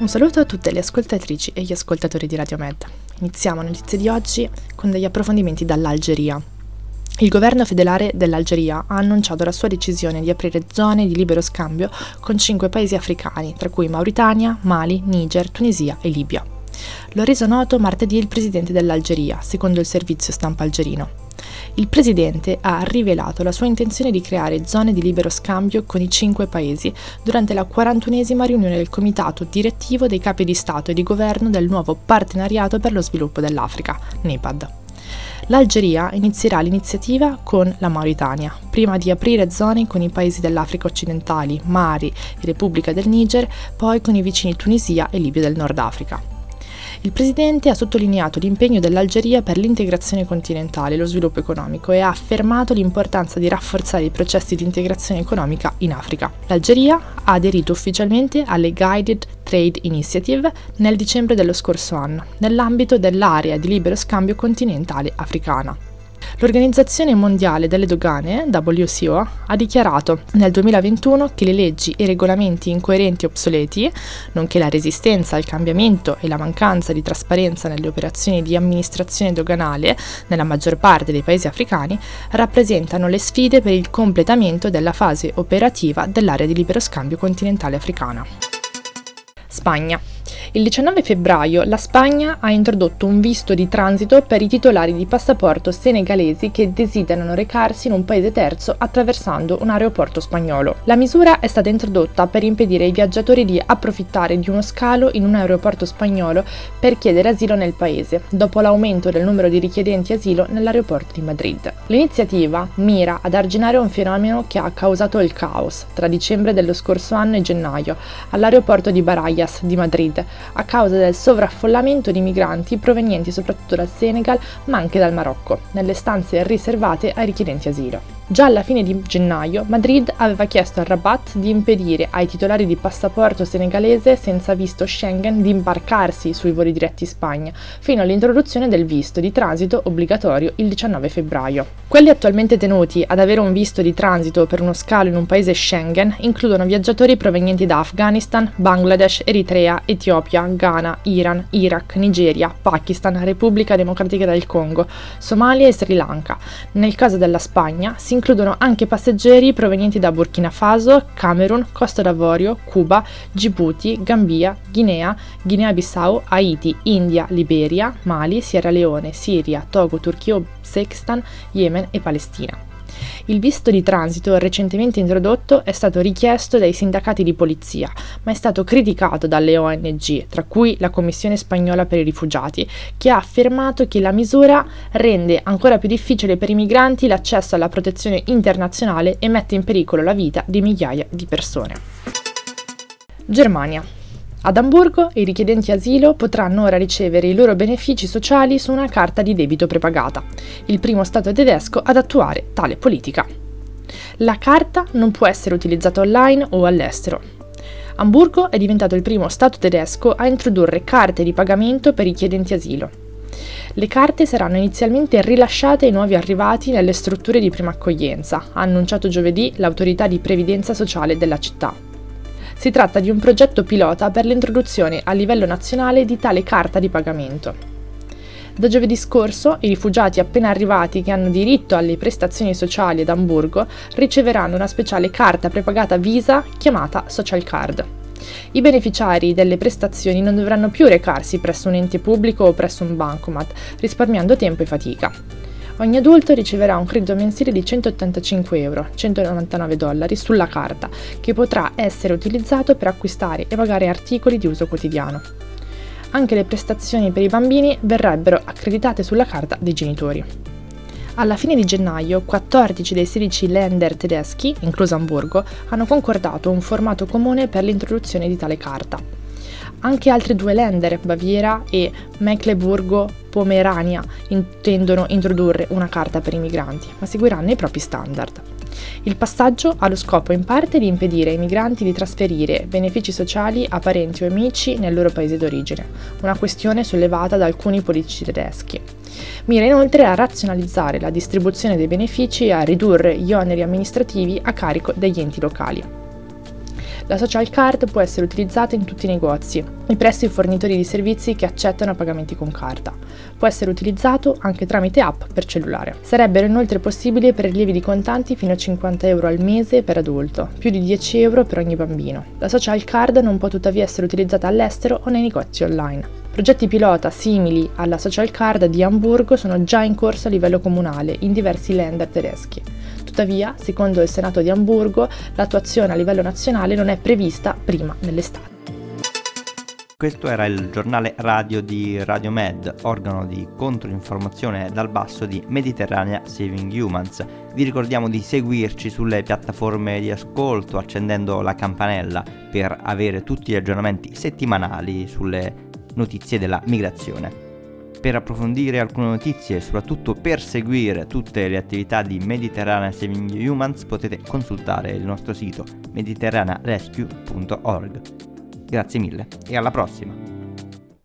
Un saluto a tutte le ascoltatrici e gli ascoltatori di Radio Med. Iniziamo notizie di oggi con degli approfondimenti dall'Algeria. Il governo federale dell'Algeria ha annunciato la sua decisione di aprire zone di libero scambio con 5 paesi africani, tra cui Mauritania, Mali, Niger, Tunisia e Libia. Lo ha reso noto martedì il presidente dell'Algeria, secondo il servizio stampa algerino. Il presidente ha rivelato la sua intenzione di creare zone di libero scambio con i 5 paesi durante la 41esima riunione del comitato direttivo dei capi di Stato e di governo del nuovo Partenariato per lo sviluppo dell'Africa, NEPAD. L'Algeria inizierà l'iniziativa con la Mauritania, prima di aprire zone con i paesi dell'Africa occidentali, Mali e Repubblica del Niger, poi con i vicini Tunisia e Libia del Nord Africa. Il presidente ha sottolineato l'impegno dell'Algeria per l'integrazione continentale e lo sviluppo economico e ha affermato l'importanza di rafforzare i processi di integrazione economica in Africa. L'Algeria ha aderito ufficialmente alle Guided Trade Initiative nel dicembre dello scorso anno, nell'ambito dell'area di libero scambio continentale africana. L'Organizzazione Mondiale delle Dogane, WTO, ha dichiarato nel 2021 che le leggi e i regolamenti incoerenti e obsoleti, nonché la resistenza al cambiamento e la mancanza di trasparenza nelle operazioni di amministrazione doganale nella maggior parte dei paesi africani, rappresentano le sfide per il completamento della fase operativa dell'area di libero scambio continentale africana. Spagna. Il 19 febbraio la Spagna ha introdotto un visto di transito per i titolari di passaporto senegalesi che desiderano recarsi in un paese terzo attraversando un aeroporto spagnolo. La misura è stata introdotta per impedire ai viaggiatori di approfittare di uno scalo in un aeroporto spagnolo per chiedere asilo nel paese, dopo l'aumento del numero di richiedenti asilo nell'aeroporto di Madrid. L'iniziativa mira ad arginare un fenomeno che ha causato il caos tra dicembre dello scorso anno e gennaio all'aeroporto di Barajas di Madrid, a causa del sovraffollamento di migranti provenienti soprattutto dal Senegal ma anche dal Marocco, nelle stanze riservate ai richiedenti asilo. Già alla fine di gennaio, Madrid aveva chiesto al Rabat di impedire ai titolari di passaporto senegalese senza visto Schengen di imbarcarsi sui voli diretti in Spagna, fino all'introduzione del visto di transito obbligatorio il 19 febbraio. Quelli attualmente tenuti ad avere un visto di transito per uno scalo in un paese Schengen includono viaggiatori provenienti da Afghanistan, Bangladesh, Eritrea, Etiopia, Ghana, Iran, Iraq, Nigeria, Pakistan, Repubblica Democratica del Congo, Somalia e Sri Lanka. Nel caso della Spagna si includono anche passeggeri provenienti da Burkina Faso, Camerun, Costa d'Avorio, Cuba, Djibouti, Gambia, Guinea, Guinea-Bissau, Haiti, India, Liberia, Mali, Sierra Leone, Siria, Togo, Turchia, Uzbekistan, Yemen e Palestina. Il visto di transito recentemente introdotto è stato richiesto dai sindacati di polizia, ma è stato criticato dalle ONG, tra cui la Commissione Spagnola per i Rifugiati, che ha affermato che la misura rende ancora più difficile per i migranti l'accesso alla protezione internazionale e mette in pericolo la vita di migliaia di persone. Germania. Ad Amburgo i richiedenti asilo potranno ora ricevere i loro benefici sociali su una carta di debito prepagata, il primo stato tedesco ad attuare tale politica. La carta non può essere utilizzata online o all'estero. Amburgo è diventato il primo stato tedesco a introdurre carte di pagamento per i richiedenti asilo. Le carte saranno inizialmente rilasciate ai nuovi arrivati nelle strutture di prima accoglienza, ha annunciato giovedì l'autorità di previdenza sociale della città. Si tratta di un progetto pilota per l'introduzione a livello nazionale di tale carta di pagamento. Da giovedì scorso, i rifugiati appena arrivati che hanno diritto alle prestazioni sociali ad Amburgo riceveranno una speciale carta prepagata Visa chiamata Social Card. I beneficiari delle prestazioni non dovranno più recarsi presso un ente pubblico o presso un bancomat, risparmiando tempo e fatica. Ogni adulto riceverà un credito mensile di €185, $199 sulla carta, che potrà essere utilizzato per acquistare e pagare articoli di uso quotidiano. Anche le prestazioni per i bambini verrebbero accreditate sulla carta dei genitori. Alla fine di gennaio, 14 dei 16 Länder tedeschi, incluso Amburgo, hanno concordato un formato comune per l'introduzione di tale carta. Anche altri 2 Länder, Baviera e Mecleburgo-Pomerania, intendono introdurre una carta per i migranti, ma seguiranno i propri standard. Il passaggio ha lo scopo in parte di impedire ai migranti di trasferire benefici sociali a parenti o amici nel loro paese d'origine, una questione sollevata da alcuni politici tedeschi. Mira inoltre a razionalizzare la distribuzione dei benefici e a ridurre gli oneri amministrativi a carico degli enti locali. La social card può essere utilizzata in tutti i negozi e presso i fornitori di servizi che accettano pagamenti con carta. Può essere utilizzato anche tramite app per cellulare. Sarebbero inoltre possibili prelievi di contanti fino a 50 euro al mese per adulto, più di 10 euro per ogni bambino. La social card non può tuttavia essere utilizzata all'estero o nei negozi online. Progetti pilota simili alla social card di Amburgo sono già in corso a livello comunale in diversi länder tedeschi. Tuttavia, secondo il Senato di Amburgo, l'attuazione a livello nazionale non è prevista prima dell'estate. Questo era il giornale radio di Radiomed, organo di controinformazione dal basso di Mediterranea Saving Humans. Vi ricordiamo di seguirci sulle piattaforme di ascolto accendendo la campanella per avere tutti gli aggiornamenti settimanali sulle notizie della migrazione. Per approfondire alcune notizie e soprattutto per seguire tutte le attività di Mediterranea Saving Humans potete consultare il nostro sito mediterranearescue.org. Grazie mille e alla prossima!